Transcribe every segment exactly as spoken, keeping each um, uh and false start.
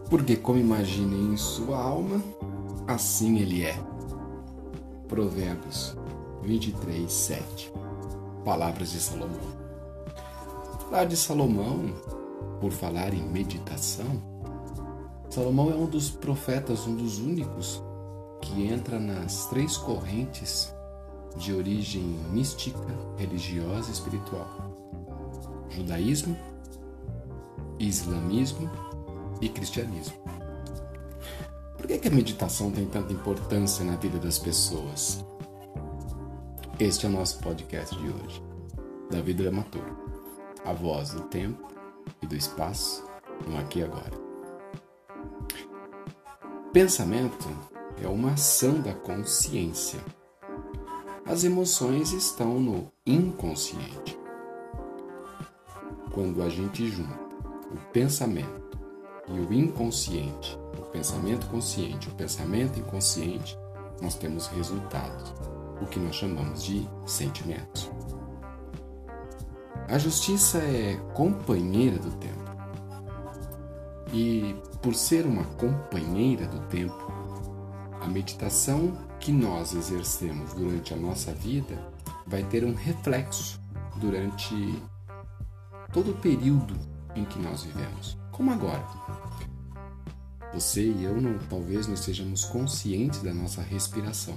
Porque como imagina em sua alma, assim ele é. Provérbios vinte e três, sete. Palavras de Salomão. Falar de Salomão, por falar em meditação, Salomão é um dos profetas, um dos únicos que entra nas três correntes de origem mística, religiosa e espiritual: judaísmo, islamismo e cristianismo. Por que que a meditação tem tanta importância na vida das pessoas? Este é o nosso podcast de hoje, Davi Dramaturgo, a voz do tempo e do espaço, no aqui e agora. Pensamento é uma ação da consciência. As emoções estão no inconsciente. Quando a gente junta o pensamento e o inconsciente, o pensamento consciente e o pensamento inconsciente, nós temos resultados, o que nós chamamos de sentimentos. A justiça é companheira do tempo. E por ser uma companheira do tempo, a meditação que nós exercemos durante a nossa vida vai ter um reflexo durante todo o período em que nós vivemos. Como agora. Você e eu não, talvez não estejamos conscientes da nossa respiração,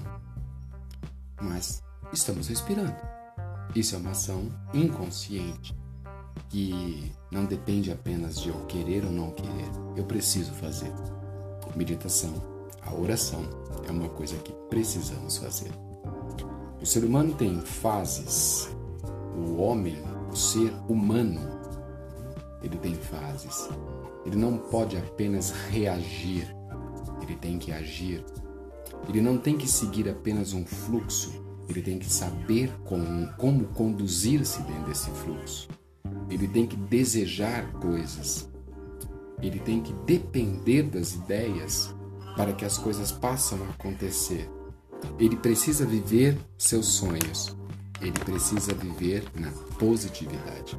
mas estamos respirando. Isso é uma ação inconsciente, que não depende apenas de eu querer ou não querer. Eu preciso fazer. Meditação, a oração, é uma coisa que precisamos fazer. O ser humano tem fases. O homem, o ser humano, ele tem fases. Ele não pode apenas reagir, ele tem que agir. Ele não tem que seguir apenas um fluxo, ele tem que saber como, como conduzir-se dentro desse fluxo. Ele tem que desejar coisas. Ele tem que depender das ideias para que as coisas possam acontecer. Ele precisa viver seus sonhos. Ele precisa viver na positividade.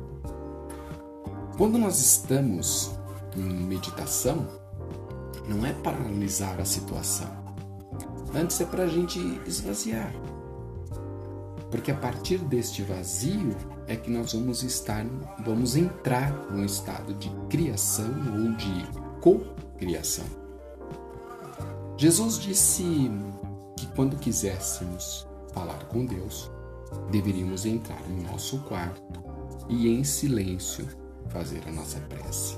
Quando nós estamos em meditação, não é para analisar a situação. Antes é para a gente esvaziar. Porque a partir deste vazio é que nós vamos estar, vamos entrar num estado de criação ou de co-criação. Jesus disse que quando quiséssemos falar com Deus, deveríamos entrar em nosso quarto e em silêncio fazer a nossa prece.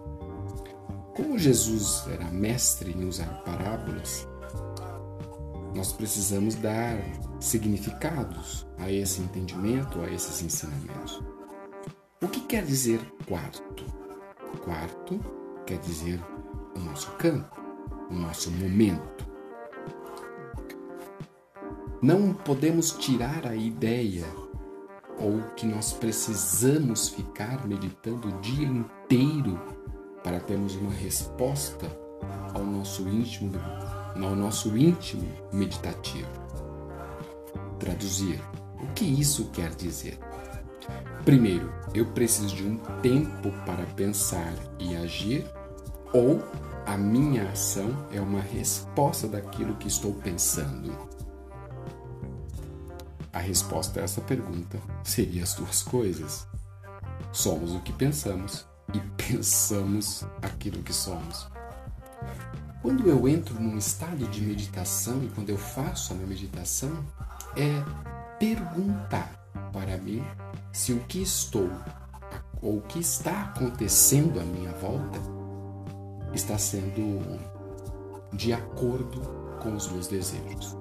Como Jesus era mestre em usar parábolas, nós precisamos dar significados a esse entendimento, a esses ensinamentos. O que quer dizer quarto? Quarto quer dizer o nosso campo, o nosso momento. Não podemos tirar a ideia ou que nós precisamos ficar meditando o dia inteiro para termos uma resposta ao nosso íntimo, ao nosso íntimo meditativo. Traduzir. O que isso quer dizer? Primeiro, eu preciso de um tempo para pensar e agir, ou a minha ação é uma resposta daquilo que estou pensando? A resposta a essa pergunta seria as duas coisas. Somos o que pensamos e pensamos aquilo que somos. Quando eu entro num estado de meditação e quando eu faço a minha meditação, é perguntar para mim se o que estou ou o que está acontecendo à minha volta está sendo de acordo com os meus desejos.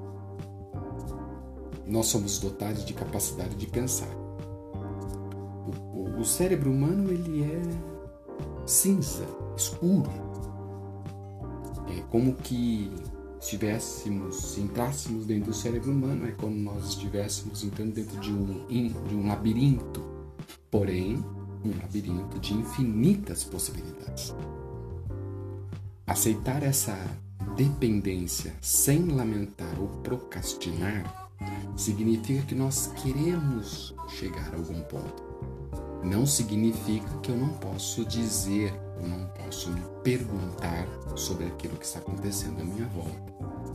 Nós somos dotados de capacidade de pensar. O, o, o cérebro humano, ele é cinza, escuro. É como que estivéssemos, se entrássemos dentro do cérebro humano, é como nós estivéssemos entrando dentro de um, de um labirinto, porém, um labirinto de infinitas possibilidades. Aceitar essa dependência sem lamentar ou procrastinar significa que nós queremos chegar a algum ponto. Não significa que eu não posso dizer eu não posso me perguntar sobre aquilo que está acontecendo à minha volta.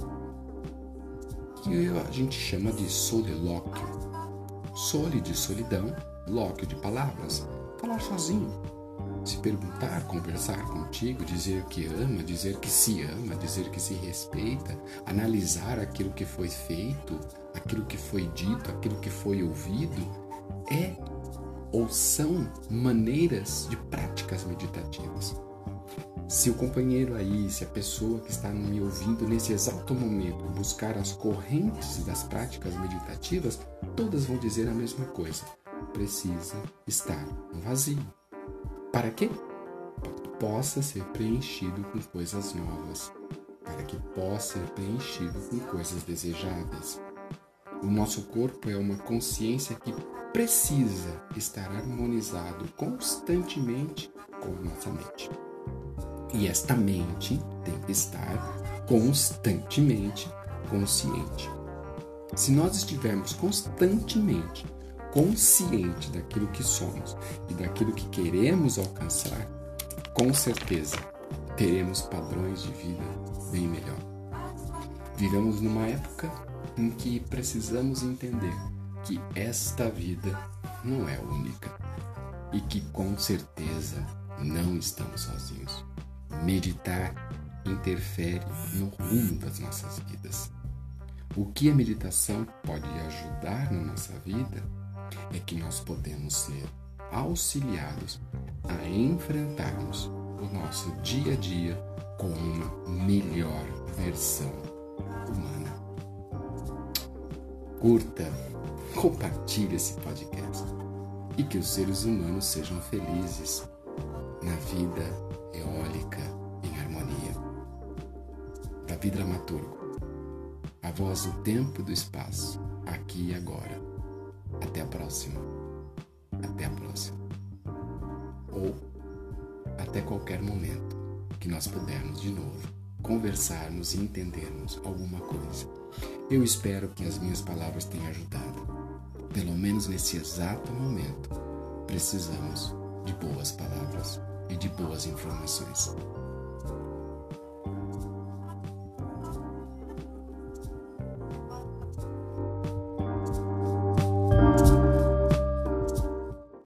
Que a gente chama de solilóquio. Soli de solidão, lóquio de palavras. Falar sozinho. Se perguntar, conversar contigo, dizer que ama, dizer que se ama, dizer que se respeita, analisar aquilo que foi feito, aquilo que foi dito, aquilo que foi ouvido, é ou são maneiras de práticas meditativas. Se o companheiro aí, se a pessoa que está me ouvindo nesse exato momento buscar as correntes das práticas meditativas, todas vão dizer a mesma coisa. Precisa estar no vazio. Para quê? Para que possa ser preenchido com coisas novas. Para que possa ser preenchido com coisas desejáveis. O nosso corpo é uma consciência que precisa estar harmonizado constantemente com a nossa mente. E esta mente tem que estar constantemente consciente. Se nós estivermos constantemente consciente daquilo que somos e daquilo que queremos alcançar, com certeza teremos padrões de vida bem melhor. Vivemos numa época em que precisamos entender que esta vida não é única e que com certeza não estamos sozinhos. Meditar interfere no rumo das nossas vidas. O que a meditação pode ajudar na nossa vida é que nós podemos ser auxiliados a enfrentarmos o nosso dia a dia com uma melhor versão humana. Curta, compartilhe esse podcast e que os seres humanos sejam felizes na vida eólica em harmonia. Davi Dramaturgo, a voz do tempo e do espaço, aqui e agora. Até a próxima. Até a próxima. Ou até qualquer momento que nós pudermos de novo conversarmos e entendermos alguma coisa. Eu espero que as minhas palavras tenham ajudado. Pelo menos nesse exato momento, precisamos de boas palavras e de boas informações.